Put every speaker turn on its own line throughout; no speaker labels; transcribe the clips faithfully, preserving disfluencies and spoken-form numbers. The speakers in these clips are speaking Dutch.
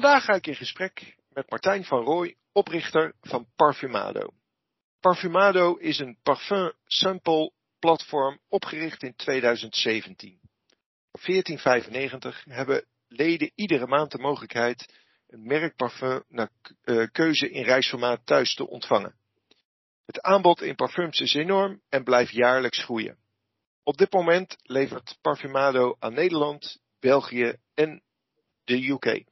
Vandaag ga ik in gesprek met Martijn van Rooij, oprichter van Parfumado. Parfumado is een parfum sample platform opgericht in tweeduizend zeventien. Voor veertien vijfennegentig hebben leden iedere maand de mogelijkheid een merkparfum naar keuze in reisformaat thuis te ontvangen. Het aanbod in parfums is enorm en blijft jaarlijks groeien. Op dit moment levert Parfumado aan Nederland, België en de U K.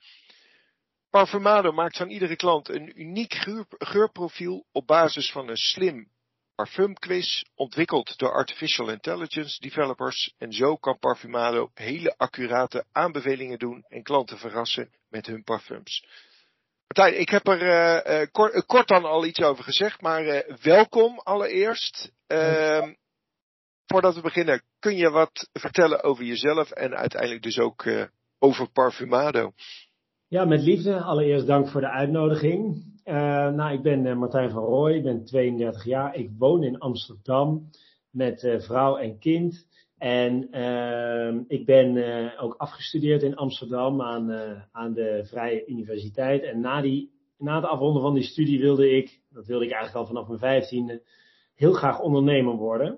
Parfumado maakt van iedere klant een uniek geur, geurprofiel op basis van een slim parfumquiz, ontwikkeld door artificial intelligence developers. En zo kan Parfumado hele accurate aanbevelingen doen en klanten verrassen met hun parfums. Martijn, ik heb er uh, uh, kort, kort dan al iets over gezegd, maar uh, welkom allereerst. Uh, voordat we beginnen, kun je wat vertellen over jezelf en uiteindelijk dus ook uh, over Parfumado?
Ja, met liefde. Allereerst dank voor de uitnodiging. Uh, nou, ik ben uh, Martijn van Rooij, ik ben tweeëndertig jaar. Ik woon in Amsterdam met uh, vrouw en kind. En uh, ik ben uh, ook afgestudeerd in Amsterdam aan, uh, aan de Vrije Universiteit. En na, die, na het afronden van die studie wilde ik, dat wilde ik eigenlijk al vanaf mijn vijftiende, heel graag ondernemer worden.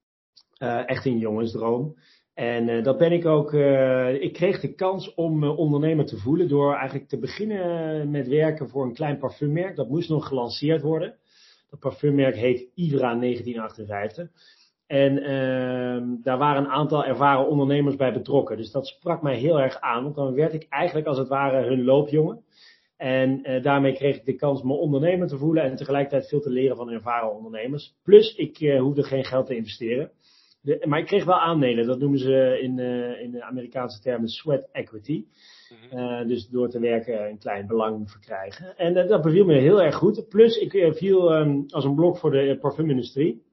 Uh, echt een jongensdroom. En uh, dat ben ik ook, uh, ik kreeg de kans om uh, ondernemer te voelen door eigenlijk te beginnen met werken voor een klein parfummerk. Dat moest nog gelanceerd worden. Dat parfummerk heet Ivra negentien achtenvijftig. En uh, daar waren een aantal ervaren ondernemers bij betrokken. Dus dat sprak mij heel erg aan, want dan werd ik eigenlijk als het ware hun loopjongen. En uh, daarmee kreeg ik de kans me ondernemer te voelen en tegelijkertijd veel te leren van ervaren ondernemers. Plus ik uh, hoefde geen geld te investeren. De, maar ik kreeg wel aandelen, dat noemen ze in, uh, in de Amerikaanse termen sweat equity. Uh, dus door te werken een klein belang verkrijgen. En uh, dat beviel me heel erg goed. Plus ik uh, viel um, als een blok voor de uh, parfumindustrie.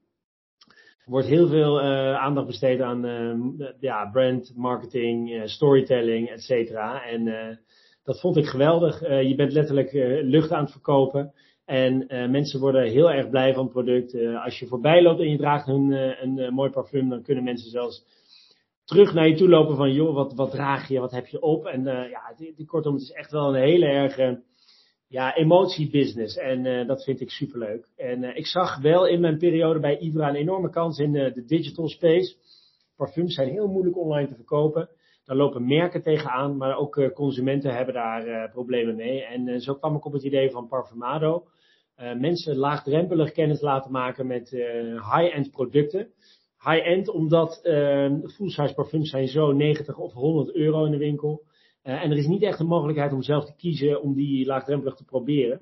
Er wordt heel veel uh, aandacht besteed aan uh, ja, brand, marketing, uh, storytelling, et cetera. En uh, dat vond ik geweldig. Uh, je bent letterlijk uh, lucht aan het verkopen. En uh, mensen worden heel erg blij van het product. Uh, als je voorbij loopt en je draagt een, uh, een uh, mooi parfum, dan kunnen mensen zelfs terug naar je toe lopen van, joh, wat, wat draag je, wat heb je op? En uh, ja, het, het, kortom, het is echt wel een hele erg uh, ja, emotiebusiness. En uh, dat vind ik superleuk. En uh, ik zag wel in mijn periode bij Ivra een enorme kans in uh, de digital space. Parfums zijn heel moeilijk online te verkopen. Daar lopen merken tegenaan, maar ook uh, consumenten hebben daar uh, problemen mee. En uh, zo kwam ik op het idee van Parfumado. Uh, mensen laagdrempelig kennis laten maken met uh, high-end producten. High-end omdat uh, full-size parfums zijn zo negentig of honderd euro in de winkel. Uh, en er is niet echt een mogelijkheid om zelf te kiezen om die laagdrempelig te proberen.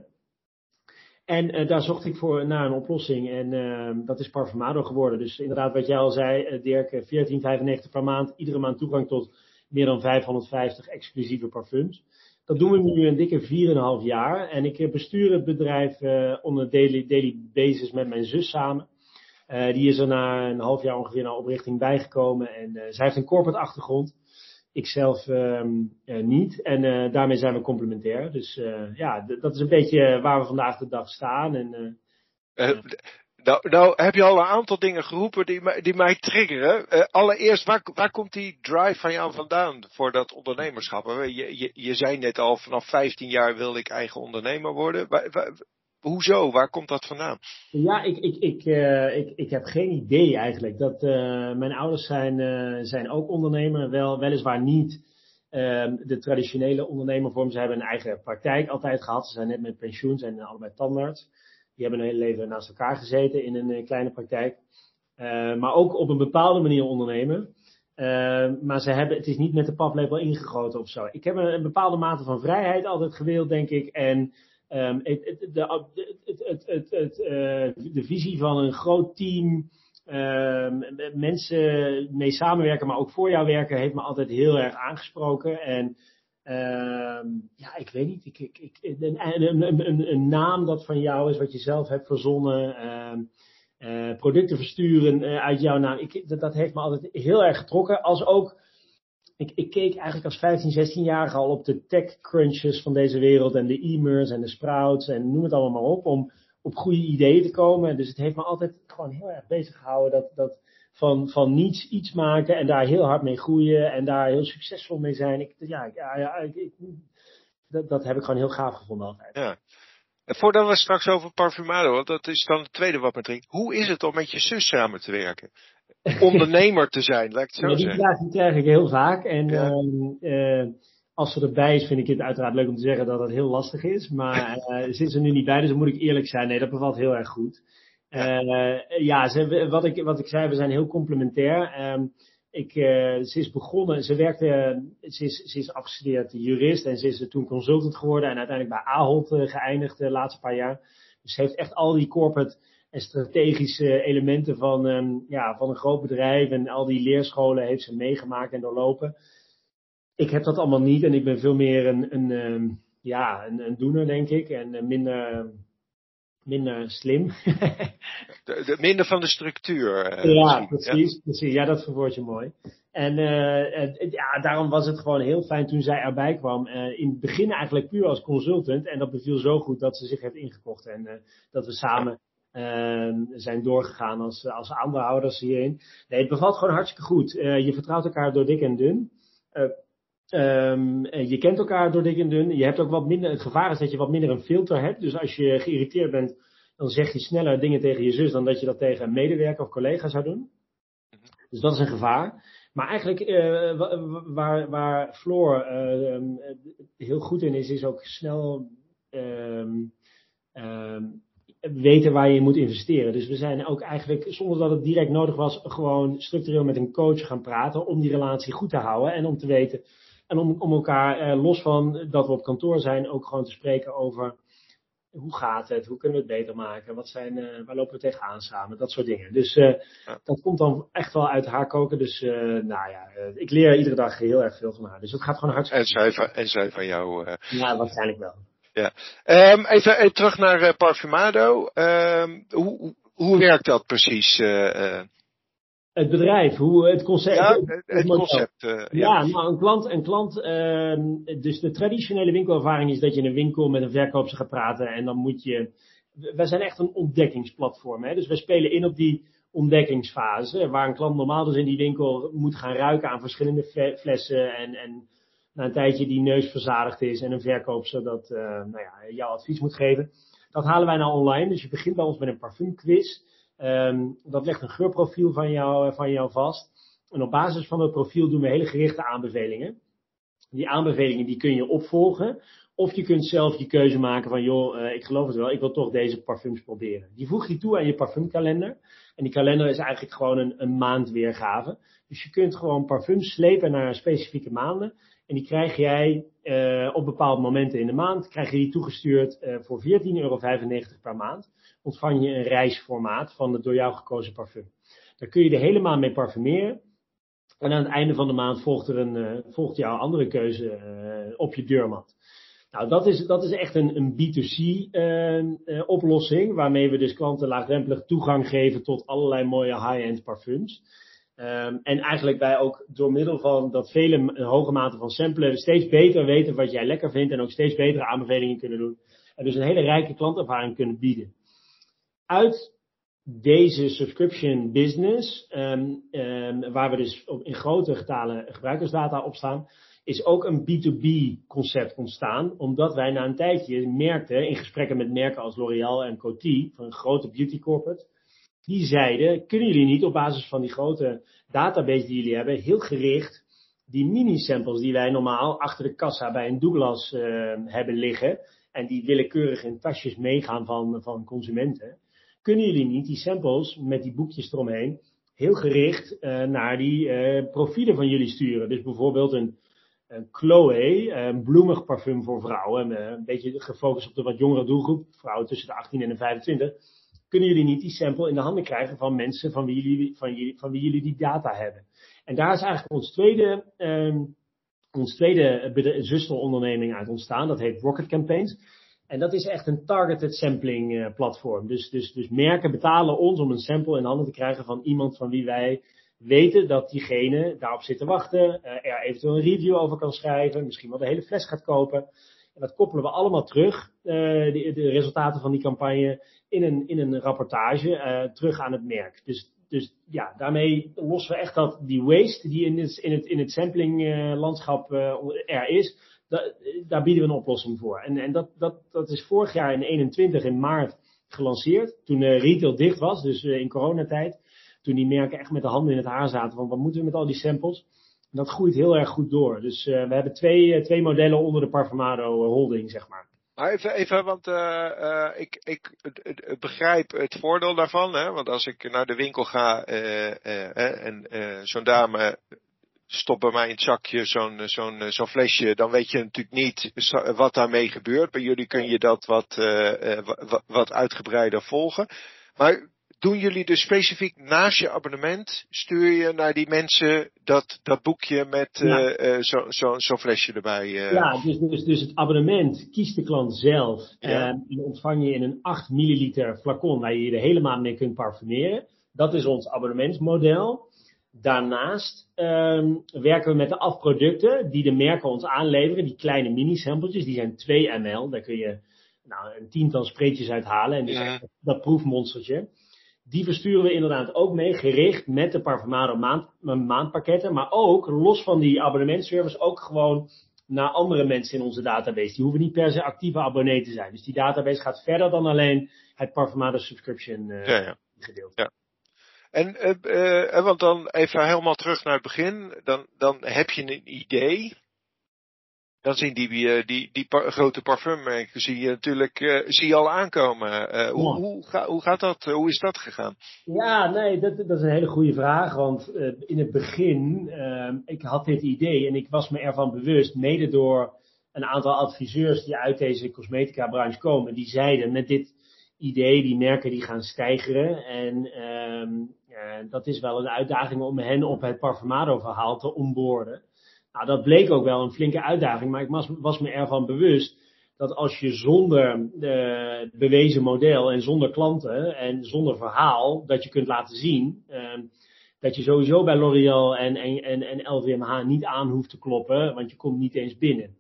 En uh, daar zocht ik voor naar een oplossing en uh, dat is Parfumado geworden. Dus inderdaad wat jij al zei, uh, Dirk, veertien vijfennegentig per maand. Iedere maand toegang tot meer dan vijfhonderdvijftig exclusieve parfums. Dat doen we nu een dikke vier komma vijf jaar. En ik bestuur het bedrijf uh, on een daily, daily basis met mijn zus samen. Uh, die is er na een half jaar ongeveer naar oprichting bijgekomen. En uh, zij heeft een corporate achtergrond. Ik zelf um, uh, niet. En uh, daarmee zijn we complementair. Dus uh, ja, d- dat is een beetje waar we vandaag de dag staan. En, uh,
uh, nou, nou heb je al een aantal dingen geroepen die, mij- die mij triggeren. Uh, allereerst, waar, waar komt die drive van jou vandaan voor dat ondernemerschap? Je, je, je zei net al, vanaf vijftien jaar wilde ik eigen ondernemer worden. Waar, waar, hoezo? Waar komt dat vandaan?
Ja, ik, ik, ik, uh, ik, ik heb geen idee eigenlijk. Dat, uh, mijn ouders zijn, uh, zijn ook ondernemer, wel, weliswaar niet uh, de traditionele ondernemervorm. Ze hebben een eigen praktijk altijd gehad. Ze zijn net met pensioen, zijn allebei tandarts. Die hebben een hele leven naast elkaar gezeten in een uh, kleine praktijk. Uh, maar ook op een bepaalde manier ondernemen. Uh, maar ze hebben, het is niet met de paplepel ingegoten of zo. Ik heb een, een bepaalde mate van vrijheid altijd gewild, denk ik. En Um, het, het, de, het, het, het, het, uh, de visie van een groot team, uh, mensen mee samenwerken, maar ook voor jou werken, heeft me altijd heel erg aangesproken. En uh, ja, ik weet niet, ik, ik, ik, een, een, een, een naam dat van jou is, wat je zelf hebt verzonnen, uh, uh, producten versturen uh, uit jouw naam, ik, dat, dat heeft me altijd heel erg getrokken. Als ook Ik, ik keek eigenlijk als vijftien, zestienjarige al op de tech crunches van deze wereld en de e-mers en de sprouts en noem het allemaal maar op, om op goede ideeën te komen. Dus het heeft me altijd gewoon heel erg bezig gehouden dat, dat van, van niets iets maken en daar heel hard mee groeien en daar heel succesvol mee zijn. Ik, ja, ik, ja, ik, ik, dat, dat heb ik gewoon heel gaaf gevonden altijd.
Ja. En voordat we straks over Parfumado, want dat is dan het tweede wat me drinkt. Hoe is het om met je zus samen te werken? Ondernemer te zijn, laat ik het zo
Ja, die
zeggen.
vraag die krijg ik heel vaak. En
Ja.
uh, uh, als ze erbij is, vind ik het uiteraard leuk om te zeggen dat het heel lastig is. Maar uh, zit ze er nu niet bij, dus dan moet ik eerlijk zijn. Nee, dat bevalt heel erg goed. Ja, uh, ja ze, wat, ik, wat ik zei, we zijn heel complementair. Um, ik, uh, ze is begonnen, ze werkte, ze is, ze is afgestudeerd jurist en ze is toen consultant geworden en uiteindelijk bij Ahold uh, geëindigd de laatste paar jaar. Dus ze heeft echt al die corporate en strategische elementen van, um, ja, van een groot bedrijf en al die leerscholen heeft ze meegemaakt en doorlopen. Ik heb dat allemaal niet en ik ben veel meer een, een, um, ja, een, een doener, denk ik, en uh, minder, minder slim.
de, de, minder van de structuur. Uh,
ja, precies,
ja,
precies. Ja, dat verwoord je mooi. En uh, uh, ja, daarom was het gewoon heel fijn toen zij erbij kwam. Uh, in het begin eigenlijk puur als consultant. En dat beviel zo goed dat ze zich heeft ingekocht. En uh, dat we samen uh, zijn doorgegaan als, als aandeelhouders hierin. Nee, het bevalt gewoon hartstikke goed. Uh, je vertrouwt elkaar door dik en dun. Uh, Um, je kent elkaar door dik en dun. Je hebt ook wat minder, het gevaar is dat je wat minder een filter hebt. Dus als je geïrriteerd bent, dan zeg je sneller dingen tegen je zus dan dat je dat tegen een medewerker of collega zou doen. Dus dat is een gevaar. Maar eigenlijk uh, waar, waar Floor uh, um, heel goed in is, is ook snel um, um, weten waar je moet investeren. Dus we zijn ook eigenlijk, zonder dat het direct nodig was, gewoon structureel met een coach gaan praten om die relatie goed te houden en om te weten en om, om elkaar uh, los van dat we op kantoor zijn ook gewoon te spreken over hoe gaat het, hoe kunnen we het beter maken, wat zijn, uh, waar lopen we tegenaan samen, dat soort dingen. Dus uh, ja. Dat komt dan echt wel uit haar koken. Dus uh, nou ja, uh, ik leer iedere dag heel erg veel van haar. Dus het gaat gewoon hartstikke
en zij van, en zij van jou. Uh...
Ja, waarschijnlijk wel.
Ja. Um, even, even terug naar uh, Parfumado. Um, hoe, hoe werkt dat precies? Uh, uh...
Het bedrijf, hoe het concept.
Ja, het, het concept. Uh, ja.
ja, nou een klant, een klant. Uh, dus de traditionele winkelervaring is dat je in een winkel met een verkoopster gaat praten en dan moet je. Wij zijn echt een ontdekkingsplatform, hè? Dus wij spelen in op die ontdekkingsfase, waar een klant normaal dus in die winkel moet gaan ruiken aan verschillende flessen en, en na een tijdje die neus verzadigd is en een verkoopster dat uh, nou ja, jouw advies moet geven. Dat halen wij nou online, dus je begint bij ons met een parfumquiz. Um, dat legt een geurprofiel van jou, van jou vast. En op basis van dat profiel doen we hele gerichte aanbevelingen. Die aanbevelingen die kun je opvolgen. Of je kunt zelf je keuze maken van, joh, uh, ik geloof het wel, ik wil toch deze parfums proberen. Die voeg je toe aan je parfumkalender. En die kalender is eigenlijk gewoon een, een maandweergave. Dus je kunt gewoon parfums slepen naar specifieke maanden. En die krijg jij uh, op bepaalde momenten in de maand, krijg je die toegestuurd uh, voor veertien euro vijfennegentig per maand. Ontvang je een reisformaat van het door jou gekozen parfum. Daar kun je de hele maand mee parfumeren. En aan het einde van de maand volgt, er een, uh, volgt jouw andere keuze uh, op je deurmat. Nou, dat is, dat is echt een, een B twee C uh, uh, oplossing, waarmee we dus klanten laagdrempelig toegang geven tot allerlei mooie high-end parfums. Um, en eigenlijk wij ook door middel van dat vele een hoge mate van samplen steeds beter weten wat jij lekker vindt en ook steeds betere aanbevelingen kunnen doen. En dus een hele rijke klantervaring kunnen bieden. Uit deze subscription business, um, um, waar we dus in grote getalen gebruikersdata op staan, is ook een B twee B concept ontstaan, omdat wij na een tijdje merkten, in gesprekken met merken als L'Oréal en Coty, van een grote beauty corporate, die zeiden, kunnen jullie niet op basis van die grote database die jullie hebben, heel gericht die mini-samples die wij normaal achter de kassa bij een Douglas uh, hebben liggen, en die willekeurig in tasjes meegaan van, van consumenten, kunnen jullie niet die samples met die boekjes eromheen heel gericht uh, naar die uh, profielen van jullie sturen. Dus bijvoorbeeld een, een Chloé, een bloemig parfum voor vrouwen, uh, een beetje gefocust op de wat jongere doelgroep, vrouwen tussen de achttien en de vijfentwintig. Kunnen jullie niet die sample in de handen krijgen van mensen van wie jullie, van jullie, van wie jullie die data hebben. En daar is eigenlijk ons tweede, um, ons tweede zusteronderneming uit ontstaan. Dat heet Rocket Campaigns. En dat is echt een targeted sampling uh, platform. Dus, dus, dus merken betalen ons om een sample in handen te krijgen van iemand van wie wij weten dat diegene daarop zit te wachten. Uh, er eventueel een review over kan schrijven. Misschien wel de hele fles gaat kopen. En dat koppelen we allemaal terug, uh, de, de resultaten van die campagne, in een, in een rapportage uh, terug aan het merk. Dus, dus ja, daarmee lossen we echt dat die waste die in het, in het, in het sampling uh, landschap uh, er is, da, daar bieden we een oplossing voor. En, en dat, dat, dat is vorig jaar in eenentwintig in maart gelanceerd. Toen uh, retail dicht was, dus uh, in coronatijd. Toen die merken echt met de handen in het haar zaten van wat moeten we met al die samples. En dat groeit heel erg goed door. Dus uh, we hebben twee, uh, twee modellen onder de Parfumado holding, zeg maar.
Maar even, even want uh, uh, ik, ik uh, begrijp het voordeel daarvan. Hè? Want als ik naar de winkel ga uh, uh, en uh, zo'n dame stopt bij mij in het zakje zo'n, zo'n, zo'n flesje, dan weet je natuurlijk niet wat daarmee gebeurt. Bij jullie kun je dat wat, uh, wat, wat uitgebreider volgen. Maar doen jullie dus specifiek naast je abonnement, stuur je naar die mensen dat, dat boekje met uh, ja. uh, zo'n zo, zo flesje erbij? Uh.
Ja, dus, dus, dus het abonnement kiest de klant zelf.
Ja.
En die ontvang je in een acht milliliter flacon waar je je de hele maand mee kunt parfumeren. Dat is ons abonnementsmodel. Daarnaast um, werken we met de afproducten die de merken ons aanleveren. Die kleine mini-sampletjes, die zijn twee milliliter. Daar kun je nou, een tiental spreetjes uithalen. En dus
Ja.
echt dat proefmonstertje. Die versturen we inderdaad ook mee, gericht met de Parfumado maand, maandpakketten. Maar ook, los van die abonnementservice, ook gewoon naar andere mensen in onze database. Die hoeven niet per se actieve abonnee te zijn. Dus die database gaat verder dan alleen het Parfumado subscription uh,
ja, ja.
gedeelte.
Ja. En, uh, uh, want dan even helemaal terug naar het begin. Dan, dan heb je een idee. Dan zien die, die, die, die par- grote parfummerken zie je natuurlijk uh, zie je al aankomen. Uh, hoe,
Ja.
hoe, ga, hoe gaat dat? Hoe is dat gegaan?
Ja, nee, dat, dat is een hele goede vraag. Want uh, in het begin, uh, ik had dit idee en ik was me ervan bewust, mede door een aantal adviseurs die uit deze cosmetica branche komen. Die zeiden met dit idee, die merken die gaan stijgeren. En um, uh, dat is wel een uitdaging om hen op het Parfumado verhaal te onboarden. Nou, dat bleek ook wel een flinke uitdaging, maar ik was, was me ervan bewust dat als je zonder uh, bewezen model en zonder klanten en zonder verhaal dat je kunt laten zien, uh, dat je sowieso bij L'Oréal en, en, en, en L V M H niet aan hoeft te kloppen, want je komt niet eens binnen.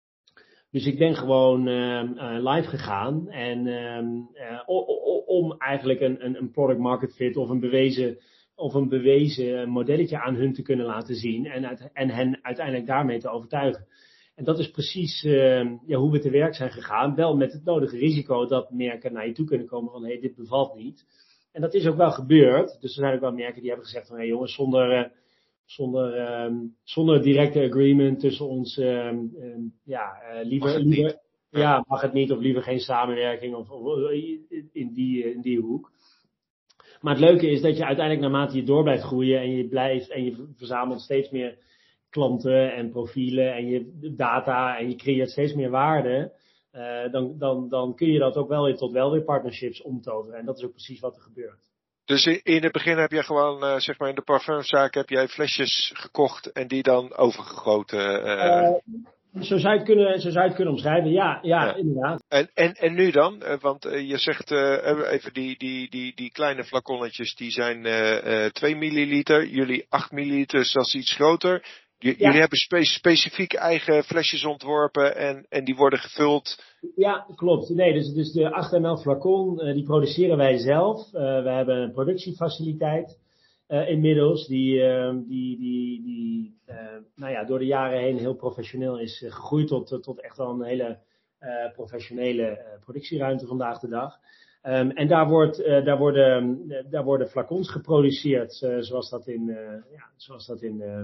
Dus ik ben gewoon uh, uh, live gegaan en uh, uh, om eigenlijk een, een, een product market fit of een bewezen of een bewezen modelletje aan hun te kunnen laten zien en, uit, en hen uiteindelijk daarmee te overtuigen. En dat is precies uh, ja, hoe we te werk zijn gegaan. Wel met het nodige risico dat merken naar je toe kunnen komen van hé, hey, dit bevalt niet. En dat is ook wel gebeurd. Dus er zijn ook wel merken die hebben gezegd van hé hey, jongens, zonder, uh, zonder, um, zonder directe agreement tussen ons, um, um, ja, uh, liever, liever ja, mag het niet of liever geen samenwerking of, of in, die, in die hoek. Maar het leuke is dat je uiteindelijk naarmate je door blijft groeien en je blijft en je verzamelt steeds meer klanten en profielen en je data en je creëert steeds meer waarde, uh, dan, dan, dan kun je dat ook wel weer tot wel weer partnerships omtoveren. En dat is ook precies wat er gebeurt.
Dus in het begin heb je gewoon, uh, zeg maar in de parfumzaak heb jij flesjes gekocht en die dan overgegoten? Uh...
Uh, Zo zou je het kunnen, zo zou je het kunnen omschrijven, ja, ja, ja. Inderdaad.
En, en, en nu dan? Uh, want uh, je zegt uh, even die, die, die, die kleine flaconnetjes, die zijn uh, uh, twee milliliter, jullie acht milliliter, dat is iets groter. J- ja. Jullie hebben spe- specifiek eigen flesjes ontworpen en, en die worden gevuld.
Ja, klopt. Nee, dus, dus de acht milliliter flacon, uh, die produceren wij zelf. Uh, we hebben een productiefaciliteit. Uh, inmiddels, die, uh, die, die, die uh, nou ja, door de jaren heen heel professioneel is uh, gegroeid tot, tot echt wel een hele uh, professionele uh, productieruimte vandaag de dag. Um, en daar, wordt, uh, daar, worden, uh, daar worden flacons geproduceerd, uh, zoals dat in, uh, ja, zoals dat in uh,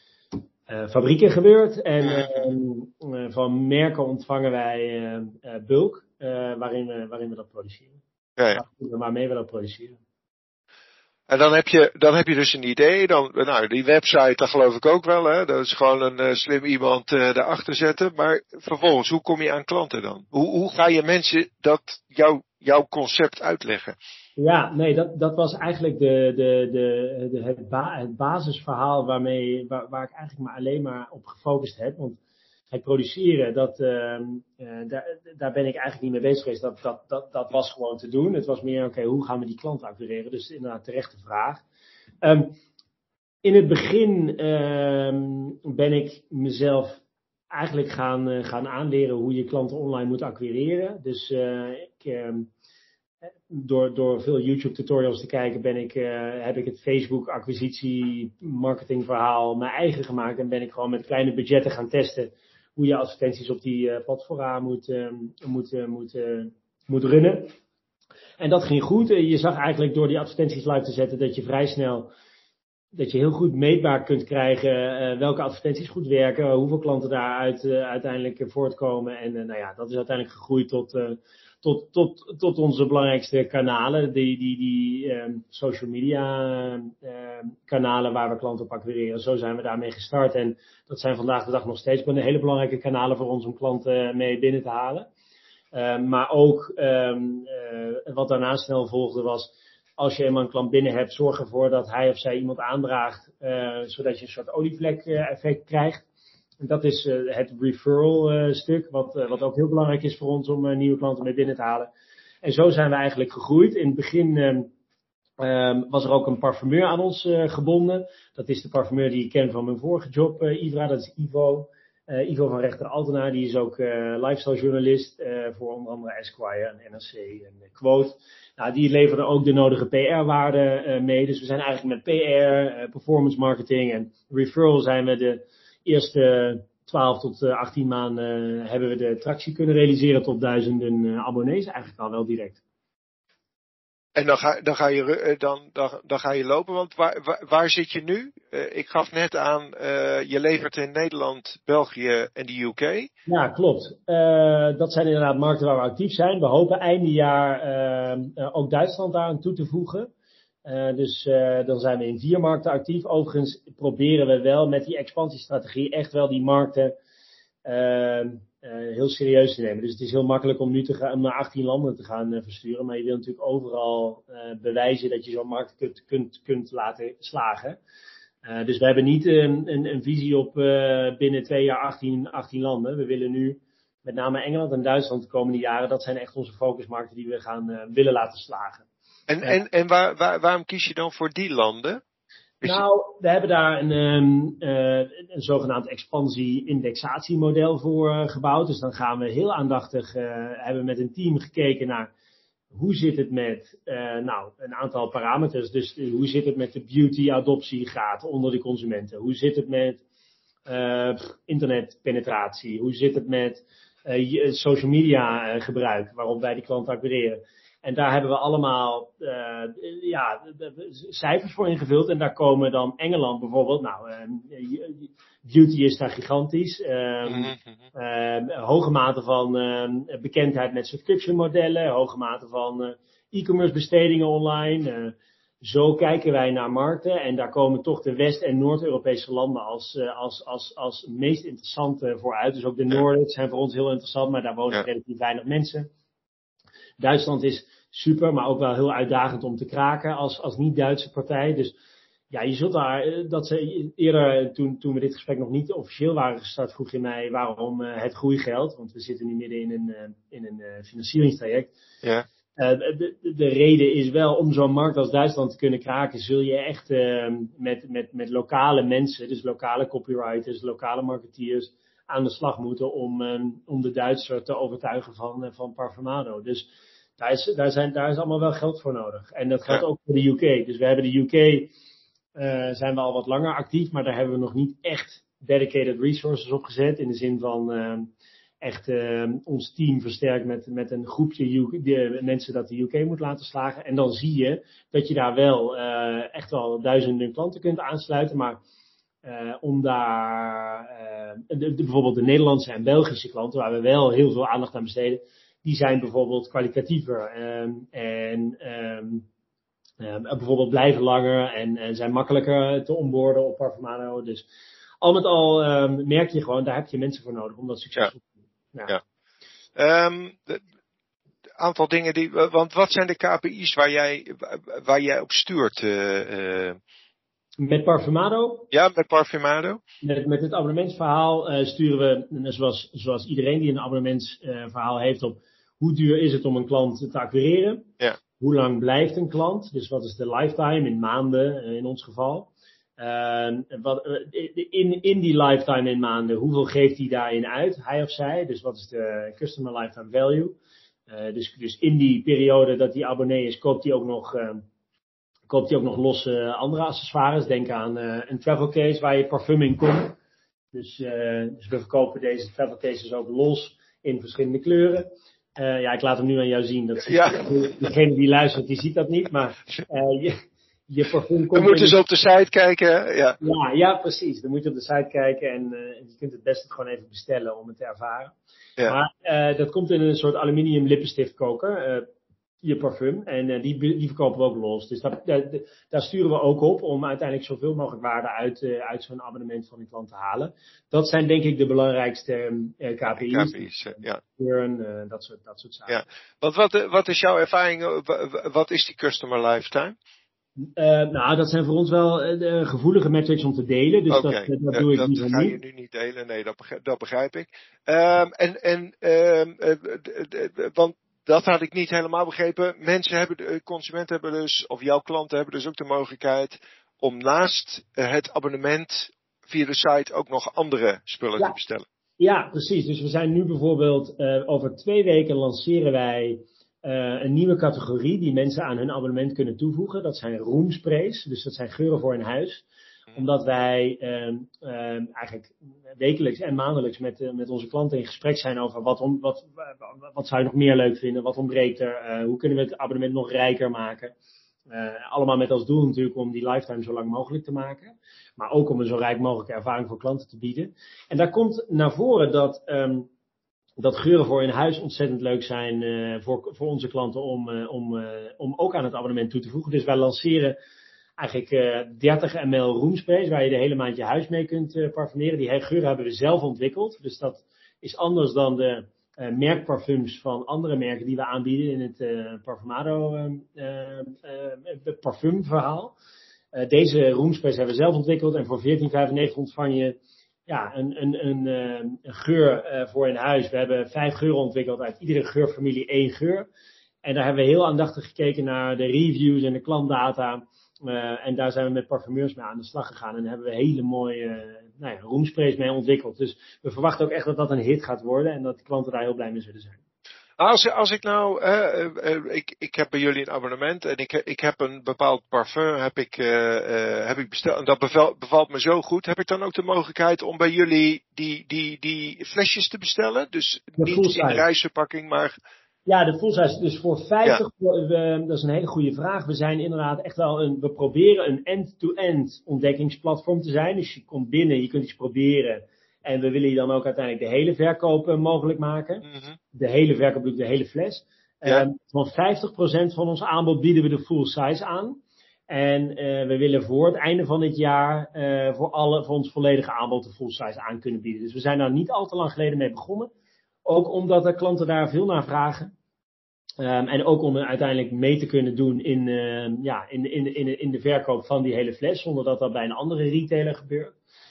uh, fabrieken gebeurt. En uh, uh, van merken ontvangen wij uh, uh, bulk, uh, waarin, we, waarin we dat produceren.
Ja, ja.
Waarmee we dat produceren.
En dan heb je, dan heb je dus een idee, dan, nou, die website, dat geloof ik ook wel, hè. Dat is gewoon een uh, slim iemand uh, daarachter zetten. Maar vervolgens, hoe kom je aan klanten dan? Hoe, hoe ga je mensen dat, jou, jouw concept uitleggen?
Ja, nee, dat, dat was eigenlijk de, de, de, de, het, ba, het basisverhaal waarmee, waar, waar ik eigenlijk maar alleen maar op gefocust heb. Want het produceren, dat, uh, uh, daar, daar ben ik eigenlijk niet mee bezig geweest. Dat, dat, dat, dat was gewoon te doen. Het was meer, oké, okay, hoe gaan we die klant acquireren? Dus inderdaad, terechte vraag. Um, in het begin um, ben ik mezelf eigenlijk gaan, uh, gaan aanleren hoe je klanten online moet acquireren. Dus uh, ik, um, door, door veel YouTube tutorials te kijken ben ik, uh, heb ik het Facebook acquisitie marketing verhaal mijn eigen gemaakt. En ben ik gewoon met kleine budgetten gaan testen hoe je advertenties op die uh, platformen moet, uh, moet, uh, moet, uh, moet runnen. En dat ging goed. Je zag eigenlijk door die advertenties live te zetten dat je vrij snel, dat je heel goed meetbaar kunt krijgen uh, welke advertenties goed werken, hoeveel klanten daaruit uh, uiteindelijk uh, voortkomen. En uh, nou ja, dat is uiteindelijk gegroeid tot, uh, tot, tot, tot onze belangrijkste kanalen, die, die, die um, social media uh, kanalen waar we klanten op acquireren. Zo zijn we daarmee gestart en dat zijn vandaag de dag nog steeds een hele belangrijke kanalen voor ons om klanten mee binnen te halen. Uh, maar ook um, uh, wat daarna snel volgde was, als je eenmaal een klant binnen hebt, zorg ervoor dat hij of zij iemand aandraagt, uh, zodat je een soort olievlek uh, effect krijgt. En dat is uh, het referral uh, stuk, wat, uh, wat ook heel belangrijk is voor ons om uh, nieuwe klanten mee binnen te halen. En zo zijn we eigenlijk gegroeid. In het begin uh, um, was er ook een parfumeur aan ons uh, gebonden. Dat is de parfumeur die ik ken van mijn vorige job, uh, Ivra, dat is Ivo. Uh, Ivo van Rechter Altena, die is ook uh, lifestyle journalist uh, voor onder andere Esquire en N R C en uh, Quote. Nou, die leverde ook de nodige P R-waarde uh, mee. Dus we zijn eigenlijk met P R, uh, performance marketing en referral zijn we de eerste twaalf tot achttien maanden uh, hebben we de tractie kunnen realiseren tot duizenden uh, abonnees. Eigenlijk al wel direct.
En dan ga, dan, ga je, dan, dan, dan ga je lopen, want waar, waar, waar zit je nu? Uh, ik gaf net aan, uh, je levert in Nederland, België en de U K.
Ja, klopt. Uh, dat zijn inderdaad markten waar we actief zijn. We hopen einde jaar uh, uh, ook Duitsland daar aan toe te voegen. Uh, dus uh, dan zijn we in vier markten actief. Overigens proberen we wel met die expansiestrategie echt wel die markten uh, uh, heel serieus te nemen. Dus het is heel makkelijk om nu te gaan, om naar achttien landen te gaan uh, versturen. Maar je wil natuurlijk overal uh, bewijzen dat je zo'n markt kunt, kunt, kunt laten slagen. Uh, dus we hebben niet een, een, een visie op uh, binnen twee jaar achttien, achttien landen. We willen nu met name Engeland en Duitsland de komende jaren, dat zijn echt onze focusmarkten die we gaan uh, willen laten slagen.
En, uh, en, en waar, waar, waarom kies je dan voor die landen? Is
nou, we hebben daar een, um, uh, een zogenaamd expansie-indexatiemodel voor uh, gebouwd. Dus dan gaan we heel aandachtig, uh, hebben met een team gekeken naar hoe zit het met uh, nou, een aantal parameters. Dus uh, hoe zit het met de beauty-adoptiegraad onder de consumenten? Hoe zit het met uh, internetpenetratie? Hoe zit het met uh, social media uh, gebruik waarop wij die klanten acquireren? En daar hebben we allemaal uh, ja, cijfers voor ingevuld. En daar komen dan Engeland bijvoorbeeld. Nou, uh, beauty is daar gigantisch. Uh, uh, hoge mate van uh, bekendheid met subscription modellen. Hoge mate van uh, e-commerce bestedingen online. Uh, zo kijken wij naar markten. En daar komen toch de West- en Noord-Europese landen als, uh, als, als, als meest interessante voor uit. Dus ook de Nordics zijn voor ons heel interessant. Maar daar wonen
ja.
relatief weinig mensen. Duitsland is super, maar ook wel heel uitdagend om te kraken als, als niet-Duitse partij. Dus ja, je zult daar, dat ze eerder, toen, toen we dit gesprek nog niet officieel waren gestart, vroeg je mij waarom uh, het groeigeld, want we zitten nu midden in een, uh, in een uh, financieringstraject.
Ja.
Uh, de, de reden is wel, om zo'n markt als Duitsland te kunnen kraken, zul je echt uh, met, met, met lokale mensen, dus lokale copywriters, lokale marketeers, aan de slag moeten om, um, om de Duitser te overtuigen van, uh, van Parfumado. Dus daar is, daar, zijn, daar is allemaal wel geld voor nodig. En dat geldt ja. ook voor de U K. Dus we hebben de U K, uh, zijn we al wat langer actief, maar daar hebben we nog niet echt dedicated resources op gezet. In de zin van uh, echt uh, ons team versterkt met, met een groepje U K, de mensen dat de U K moet laten slagen. En dan zie je dat je daar wel uh, echt wel duizenden klanten kunt aansluiten, maar Uh, om daar uh, de, de, bijvoorbeeld de Nederlandse en Belgische klanten, waar we wel heel veel aandacht aan besteden, die zijn bijvoorbeeld kwalitatiever um, en um, uh, bijvoorbeeld blijven langer en, en zijn makkelijker te onboarden op Parfumado. Dus al met al um, merk je gewoon, daar heb je mensen voor nodig om dat succesvol te doen.
Ja. Ja. Um, de, de aantal dingen die, want wat zijn de K P I's waar jij, waar jij op stuurt? Uh, uh,
Met Parfumado?
Ja, met Parfumado.
Met, met het abonnementsverhaal uh, sturen we, zoals, zoals iedereen die een abonnementsverhaal uh, heeft, op hoe duur is het om een klant te acquireren?
Ja.
Hoe lang blijft een klant? Dus wat is de lifetime in maanden uh, in ons geval? Uh, wat, uh, in, in die lifetime in maanden, hoeveel geeft hij daarin uit, hij of zij? Dus wat is de customer lifetime value? Uh, dus, dus in die periode dat die abonnee is, koopt hij ook nog... Uh, Koopt hij ook nog losse andere accessoires. Denk aan uh, een travel case waar je parfum in komt. Dus, uh, dus we verkopen deze travel cases ook los in verschillende kleuren. Uh, ja, ik laat hem nu aan jou zien. Dat
ja.
Degene die luistert, die ziet dat niet. Maar uh, je, je parfum komt...
Dan moeten ze op de site kijken. Ja,
ja, ja precies. Dan moet je op de site kijken. En uh, je kunt het beste gewoon even bestellen om het te ervaren. Ja. Maar uh, dat komt in een soort aluminium lippenstiftkoker. Uh, je parfum. En uh, die, die verkopen we ook los. Dus dat, uh, daar sturen we ook op om uiteindelijk zoveel mogelijk waarde uit, uh, uit zo'n abonnement van die klant te halen. Dat zijn denk ik de belangrijkste uh, K P I's.
K P I's, ja.
Uh, dat, soort, dat soort zaken.
Ja. Want wat, wat is jouw ervaring? Wat is die customer lifetime?
Uh, nou, dat zijn voor ons wel uh, gevoelige metrics om te delen. Dus
okay.
dat, dat doe ik
dat
niet.
Dat ga je nu niet delen. Nee, dat begrijp, dat begrijp ik. Um, en, en, um, uh, d, d, d, want dat had ik niet helemaal begrepen. Mensen hebben, de, consumenten hebben dus, of jouw klanten hebben dus ook de mogelijkheid om naast uh, het abonnement via de site ook nog andere spullen
ja.
te bestellen.
Ja, precies. Dus we zijn nu bijvoorbeeld, uh, over twee weken lanceren wij uh, een nieuwe categorie die mensen aan hun abonnement kunnen toevoegen. Dat zijn roomsprays. Dus dat zijn geuren voor in huis. Omdat wij um, um, eigenlijk wekelijks en maandelijks met, uh, met onze klanten in gesprek zijn over wat, om, wat, wat zou je nog meer leuk vinden, wat ontbreekt er, uh, hoe kunnen we het abonnement nog rijker maken. Uh, allemaal met als doel natuurlijk om die lifetime zo lang mogelijk te maken. Maar ook om een zo rijk mogelijke ervaring voor klanten te bieden. En daar komt naar voren dat, um, dat geuren voor in huis ontzettend leuk zijn uh, voor, voor onze klanten om, uh, om, uh, om ook aan het abonnement toe te voegen. Dus wij lanceren eigenlijk uh, dertig milliliter roomsprays waar je de hele maand je huis mee kunt uh, parfumeren. Die geuren hebben we zelf ontwikkeld. Dus dat is anders dan de uh, merkparfums van andere merken die we aanbieden in het uh, Parfumado uh, uh, uh, parfumverhaal. Uh, deze roomsprays hebben we zelf ontwikkeld en voor veertien vijfennegentig ontvang je ja, een, een, een, uh, een geur uh, voor in huis. We hebben vijf geuren ontwikkeld, uit iedere geurfamilie één geur. En daar hebben we heel aandachtig gekeken naar de reviews en de klantdata. Uh, en daar zijn we met parfumeurs mee aan de slag gegaan. En daar hebben we hele mooie uh, nou ja, roomsprays mee ontwikkeld. Dus we verwachten ook echt dat dat een hit gaat worden. En dat de klanten daar heel blij mee zullen zijn.
Als, als ik nou, uh, uh, ik, ik heb bij jullie een abonnement en ik, ik heb een bepaald parfum heb ik, uh, uh, heb ik besteld en dat bevalt, bevalt me zo goed. Heb ik dan ook de mogelijkheid om bij jullie die, die, die flesjes te bestellen? Dus
de
niet in reisverpakking, maar...
Ja, de full size. Dus voor vijftig, ja. we, dat is een hele goede vraag. We zijn inderdaad echt wel een, we proberen een end-to-end ontdekkingsplatform te zijn. Dus je komt binnen, je kunt iets proberen. En we willen je dan ook uiteindelijk de hele verkoop uh, mogelijk maken. Mm-hmm. De hele verkoop, de hele fles. Ja. Um, van vijftig procent van ons aanbod bieden we de full size aan. En uh, we willen voor het einde van dit jaar uh, voor, alle, voor ons volledige aanbod de full size aan kunnen bieden. Dus we zijn daar niet al te lang geleden mee begonnen. Ook omdat de klanten daar veel naar vragen. Um, en ook om uiteindelijk mee te kunnen doen in, uh, ja, in, in, in, in de verkoop van die hele fles. Zonder dat dat bij een andere retailer gebeurt.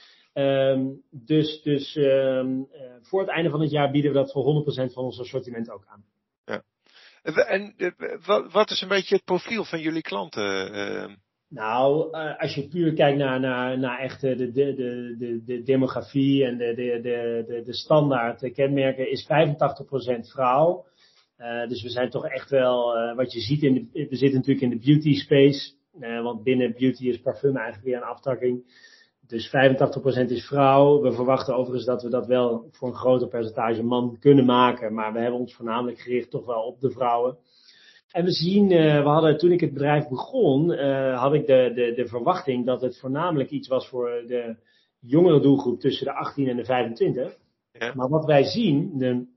Um, dus dus um, uh, voor het einde van het jaar bieden we dat voor honderd procent van ons assortiment ook aan.
Ja. En uh, wat is een beetje het profiel van jullie klanten? Uh...
Nou, uh, als je puur kijkt naar, naar, naar echt de, de, de, de, de demografie en de, de, de, de, de standaard kenmerken is vijfentachtig procent vrouw. Uh, dus we zijn toch echt wel, uh, wat je ziet, in de, we zitten natuurlijk in de beauty space. Uh, want binnen beauty is parfum eigenlijk weer een aftakking. Dus vijfentachtig procent is vrouw. We verwachten overigens dat we dat wel voor een groter percentage man kunnen maken. Maar we hebben ons voornamelijk gericht toch wel op de vrouwen. En we zien, uh, we hadden toen ik het bedrijf begon, uh, had ik de, de, de verwachting dat het voornamelijk iets was voor de jongere doelgroep tussen de achttien en de vijfentwintig. Ja. Maar wat wij zien, de,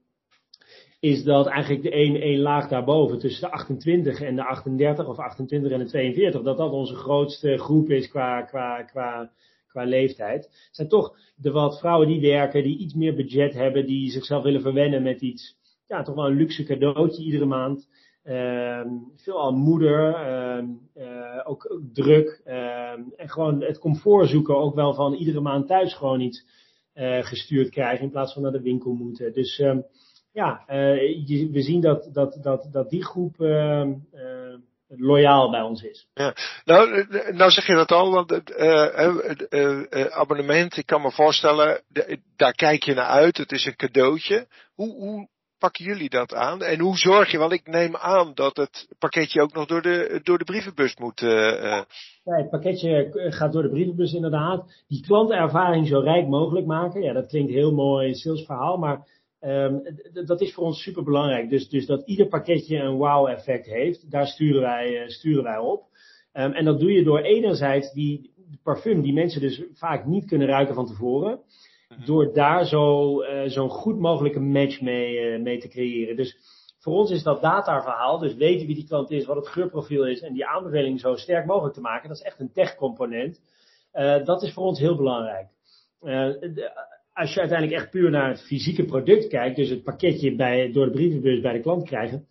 is dat eigenlijk de één, één laag daarboven tussen de achtentwintig en de achtendertig of achtentwintig en de tweeënveertig, dat dat onze grootste groep is qua, qua, qua, qua leeftijd. Het zijn toch de wat vrouwen die werken, die iets meer budget hebben, die zichzelf willen verwennen met iets, ja, toch wel een luxe cadeautje iedere maand. Um, veelal moeder, um, uh, ook, ook druk, um, en gewoon het comfort zoeken ook wel van iedere maand thuis gewoon iets uh, gestuurd krijgen in plaats van naar de winkel moeten. Dus um, ja, uh, je, we zien dat, dat, dat, dat die groep uh, uh, loyaal bij ons is.
Ja. Nou, nou zeg je dat al, want het uh, uh, uh, abonnement, ik kan me voorstellen, de, daar kijk je naar uit, het is een cadeautje. Hoe, hoe pakken jullie dat aan? En hoe zorg je, want ik neem aan dat het pakketje ook nog door de, door de brievenbus moet. Uh,
ja, het pakketje gaat door de brievenbus inderdaad. Die klantervaring zo rijk mogelijk maken. Ja, dat klinkt heel mooi salesverhaal, maar um, d- dat is voor ons super belangrijk. Dus, dus dat ieder pakketje een wow-effect heeft, daar sturen wij, uh, sturen wij op. Um, en dat doe je door enerzijds die parfum die mensen dus vaak niet kunnen ruiken van tevoren. Door daar zo, uh, zo'n goed mogelijke match mee, uh, mee te creëren. Dus voor ons is dat dataverhaal, dus weten wie die klant is, wat het geurprofiel is en die aanbeveling zo sterk mogelijk te maken. Dat is echt een tech-component. Uh, dat is voor ons heel belangrijk. Uh, de, als je uiteindelijk echt puur naar het fysieke product kijkt, dus het pakketje bij, door de brievenbus bij de klant krijgen.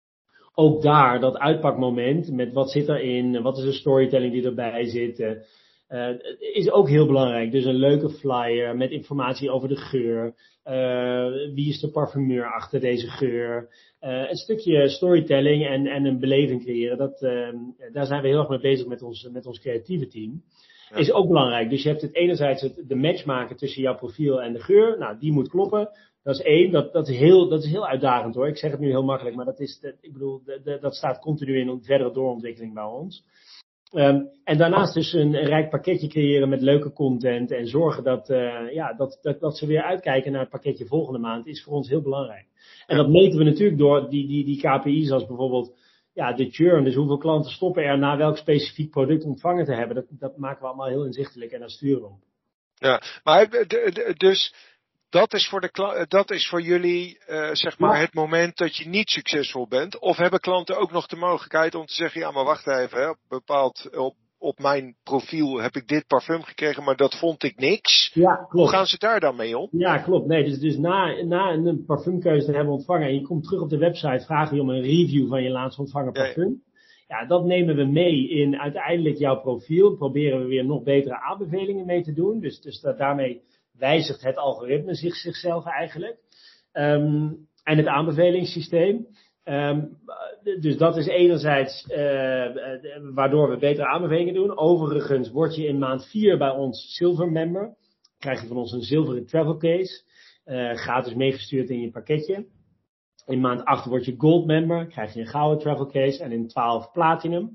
Ook daar, dat uitpakmoment met wat zit erin, wat is de storytelling die erbij zit, uh, uh, is ook heel belangrijk. Dus een leuke flyer met informatie over de geur, uh, wie is de parfumeur achter deze geur, uh, een stukje storytelling en, en een beleving creëren. Dat, uh, daar zijn we heel erg mee bezig met ons, met ons creatieve team. Ja. Is ook belangrijk. Dus je hebt het enerzijds het, de match maken tussen jouw profiel en de geur. Nou, die moet kloppen. Dat is één. Dat, dat, is heel, dat is heel uitdagend hoor. Ik zeg het nu heel makkelijk, maar dat is, dat, ik bedoel, de, de, dat staat continu in een verdere doorontwikkeling bij ons. Um, en daarnaast dus een, een rijk pakketje creëren met leuke content en zorgen dat, uh, ja, dat, dat, dat ze weer uitkijken naar het pakketje volgende maand is voor ons heel belangrijk. En dat meten we natuurlijk door die, die, die K P I's als bijvoorbeeld ja, de churn, dus hoeveel klanten stoppen er na welk specifiek product ontvangen te hebben. Dat, dat maken we allemaal heel inzichtelijk en daar sturen we op.
Ja, maar de, de, dus dat is voor, de, dat is voor jullie uh, zeg maar ja. het moment dat je niet succesvol bent. Of hebben klanten ook nog de mogelijkheid om te zeggen, ja maar wacht even, hè, op, bepaald, op, op mijn profiel heb ik dit parfum gekregen, maar dat vond ik niks.
Ja, klopt.
Hoe gaan ze daar dan mee om?
Ja, klopt. Nee, dus, dus na, na een parfumkeuze te hebben ontvangen en je komt terug op de website, vragen je om een review van je laatst ontvangen parfum. Ja, ja, dat nemen we mee in uiteindelijk jouw profiel. Proberen we weer nog betere aanbevelingen mee te doen. Dus, dus dat, daarmee wijzigt het algoritme zich, zichzelf eigenlijk. Um, en het aanbevelingssysteem. Um, dus dat is enerzijds uh, waardoor we betere aanbevelingen doen. Overigens word je in maand vier bij ons Silver Member. Krijg je van ons een zilveren travel case. Uh, gratis meegestuurd in je pakketje. In maand acht word je Gold Member. Krijg je een gouden travel case. En in twaalf Platinum.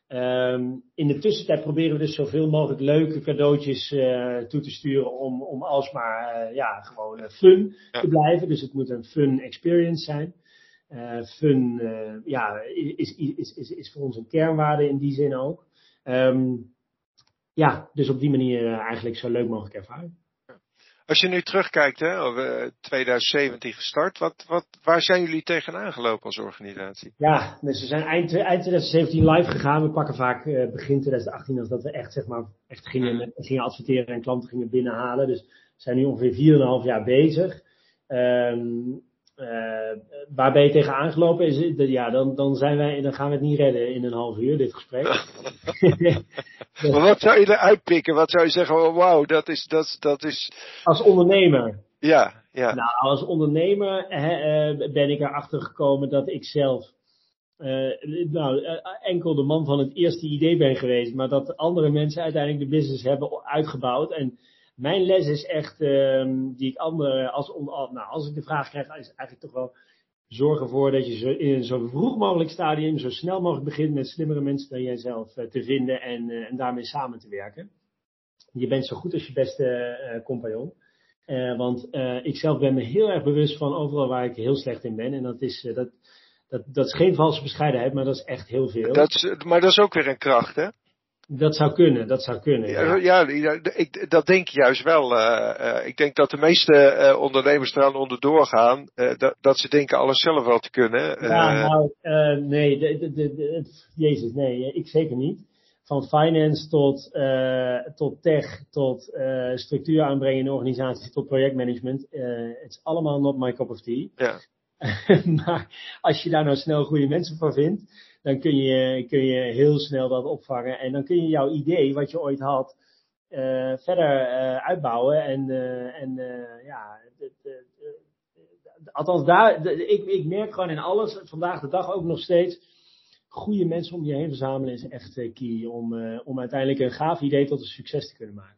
Um, in de tussentijd proberen we dus zoveel mogelijk leuke cadeautjes uh, toe te sturen om, om alsmaar uh, ja, gewoon uh, fun ja. te blijven. Dus het moet een fun experience zijn. Uh, fun uh, ja, is, is, is, is voor ons een kernwaarde in die zin ook. Um, ja, dus op die manier uh, eigenlijk zo leuk mogelijk ervaren.
Als je nu terugkijkt, hè, over twintig zeventien gestart, wat, wat, waar zijn jullie tegenaan gelopen als organisatie?
Ja, dus we zijn eind, eind twintig zeventien live gegaan. We pakken vaak uh, begin twintig achttien als dat we echt, zeg maar, echt gingen, gingen adverteren en klanten gingen binnenhalen. Dus we zijn nu ongeveer vier komma vijf jaar bezig. Um, uh, waar ben je tegenaan gelopen? Is, ja, dan, dan, zijn wij, dan gaan we het niet redden in een half uur, dit gesprek.
Maar wat zou je eruit pikken? Wat zou je zeggen, oh, wauw, dat is, dat, dat is...
Als ondernemer?
Ja, ja.
Nou, als ondernemer he, uh, ben ik erachter gekomen dat ik zelf uh, nou, uh, enkel de man van het eerste idee ben geweest, maar dat andere mensen uiteindelijk de business hebben uitgebouwd. En mijn les is echt, uh, die ik anderen, als, nou, als ik de vraag krijg, is eigenlijk toch wel zorg ervoor dat je zo, in een zo vroeg mogelijk stadium, zo snel mogelijk begint met slimmere mensen dan jijzelf uh, te vinden en, uh, en daarmee samen te werken. Je bent zo goed als je beste uh, compagnon. Uh, want uh, ik zelf ben me heel erg bewust van overal waar ik heel slecht in ben. En dat is, uh, dat, dat, dat is geen valse bescheidenheid, maar dat is echt heel veel.
Dat is, maar dat is ook weer een kracht, hè?
Dat zou kunnen, dat zou kunnen.
Ja, ja, ja ik, dat denk ik juist wel. Uh, uh, ik denk dat de meeste uh, ondernemers eraan onderdoor gaan. Uh, dat, dat ze denken alles zelf wel te kunnen. Uh,
ja, nou, uh, nee, de, de, de, de, jezus, nee, ik zeker niet. Van finance tot, uh, tot tech, tot uh, structuur aanbrengen in de organisatie, tot projectmanagement. Het uh, is allemaal not my cup of tea.
Ja.
Maar als je daar nou snel goede mensen voor vindt, dan kun je, kun je heel snel dat opvangen. En dan kun je jouw idee, wat je ooit had, uh, verder uh, uitbouwen. En, uh, en uh, ja, de, de, de, de, althans daar, de, ik, ik merk gewoon in alles, vandaag de dag ook nog steeds, goede mensen om je heen verzamelen is echt uh, key om, uh, om uiteindelijk een gaaf idee tot een succes te kunnen maken.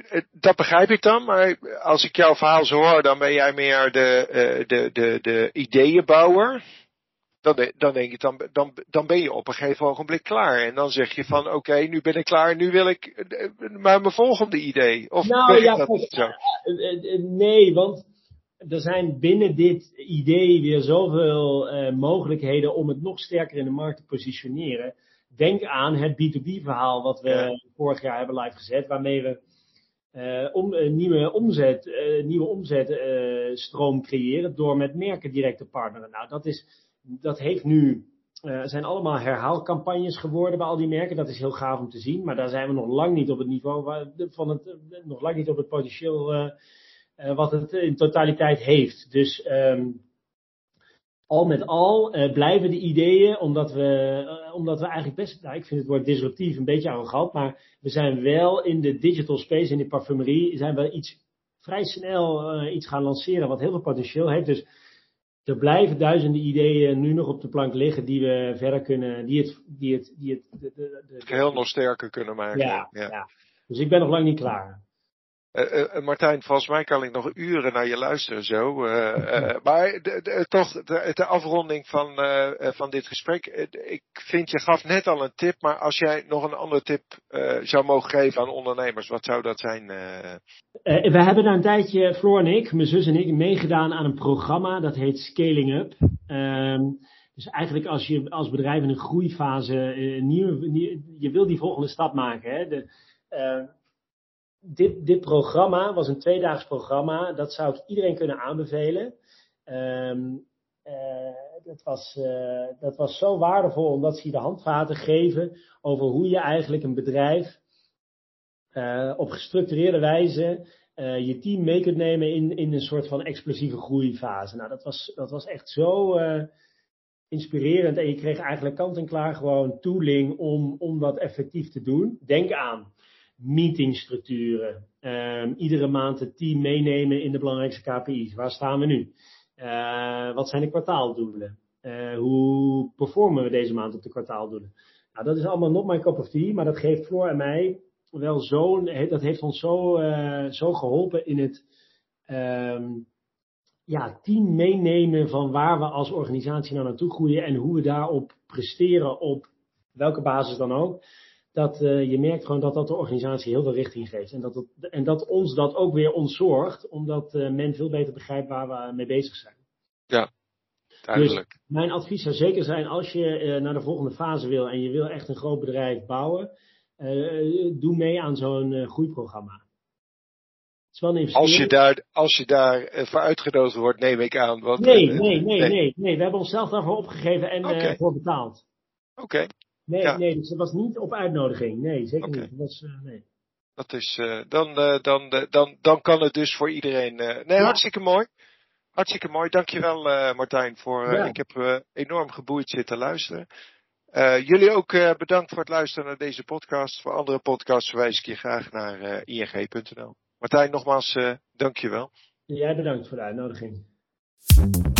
dat begrijp ik dan, maar als ik jouw verhaal zo hoor, dan ben jij meer de, uh, de, de, de ideeënbouwer. Dan, dan denk ik, dan, dan, dan ben je op een gegeven ogenblik klaar. En dan zeg je van, oké, okay, nu ben ik klaar, nu wil ik uh, maar mijn volgende idee. Of
nou, ja,
dat
kijk,
niet zo?
Uh, uh, nee, want er zijn binnen dit idee weer zoveel uh, mogelijkheden om het nog sterker in de markt te positioneren. Denk aan het B twee B verhaal wat we ja. vorig jaar hebben live gezet, waarmee we uh, om, een nieuwe omzet, uh, nieuwe omzetstroom uh, creëren door met merken direct te partneren. Nou, dat is, dat heeft nu, uh, zijn allemaal herhaalcampagnes geworden bij al die merken. Dat is heel gaaf om te zien, maar daar zijn we nog lang niet op het niveau waar, van het, uh, nog lang niet op het potentieel uh, uh, wat het in totaliteit heeft. Dus um, al met al uh, blijven de ideeën, omdat we, uh, omdat we eigenlijk best, nou, ik vind het woord disruptief een beetje arrogant, maar we zijn wel in de digital space, in de parfumerie, zijn we iets vrij snel uh, iets gaan lanceren wat heel veel potentieel heeft. Dus er blijven duizenden ideeën nu nog op de plank liggen die we verder kunnen, die het, die het, die het, de, de, de, de,
heel nog sterker kunnen maken.
Ja,
ja.
ja. Dus ik ben nog lang niet klaar.
Uh, uh, Martijn, volgens mij kan ik nog uren naar je luisteren zo. Uh, uh, maar de, de, toch de, de afronding van, uh, van dit gesprek. Uh, ik vind je gaf net al een tip, maar als jij nog een andere tip uh, zou mogen geven aan ondernemers, wat zou dat zijn? Uh...
Uh, we hebben daar een tijdje, Floor en ik, mijn zus en ik, meegedaan aan een programma dat heet Scaling Up. Um, dus eigenlijk als je als bedrijf in een groeifase, uh, nieuwe, nieuw, je wil die volgende stap maken. Hè? De, uh, Dit, dit programma was een tweedaags programma. Dat zou ik iedereen kunnen aanbevelen. Um, uh, dat, was, uh, dat was zo waardevol omdat ze je de handvaten geven over hoe je eigenlijk een bedrijf uh, op gestructureerde wijze uh, je team mee kunt nemen in, in een soort van explosieve groeifase. Nou, dat was, dat was echt zo uh, inspirerend en je kreeg eigenlijk kant en klaar gewoon tooling om, om dat effectief te doen. Denk aan meetingstructuren, um, iedere maand het team meenemen in de belangrijkste K P I's. Waar staan we nu? Uh, wat zijn de kwartaaldoelen? Uh, hoe performen we deze maand op de kwartaaldoelen? Nou, dat is allemaal not my cup of tea, maar dat geeft Floor en mij wel zo, dat heeft ons zo, uh, zo geholpen in het um, ja, team meenemen van waar we als organisatie nou naartoe groeien en hoe we daarop presteren op welke basis dan ook. Dat uh, je merkt gewoon dat dat de organisatie heel veel richting geeft. En dat, het, en dat ons dat ook weer ontzorgt, omdat uh, men veel beter begrijpt waar we mee bezig zijn.
Ja, duidelijk.
Dus mijn advies zou zeker zijn, als je uh, naar de volgende fase wil en je wil echt een groot bedrijf bouwen, uh, doe mee aan zo'n uh, groeiprogramma. Het is wel een investering.
Als je daar, als je daar uh, voor uitgenodigd wordt, neem ik aan. Want,
nee,
uh,
nee, nee, nee, nee, nee. We hebben onszelf daarvoor opgegeven en okay. uh, voor betaald.
Oké. Okay.
Nee,
ja.
nee, dus dat was niet op uitnodiging. Nee, zeker
okay.
niet. Dat was, uh, nee.
Dat is, uh, dan, uh, dan, uh, dan, dan kan het dus voor iedereen. Uh, nee,
ja.
hartstikke mooi. Hartstikke mooi. Dankjewel uh, Martijn. Voor, uh,
ja.
Ik heb uh, enorm geboeid zitten luisteren. Uh, jullie ook uh, bedankt voor het luisteren naar deze podcast. Voor andere podcasts verwijs ik je graag naar uh, i n g punt n l. Martijn, nogmaals uh, dankjewel.
Jij bedankt voor de uitnodiging.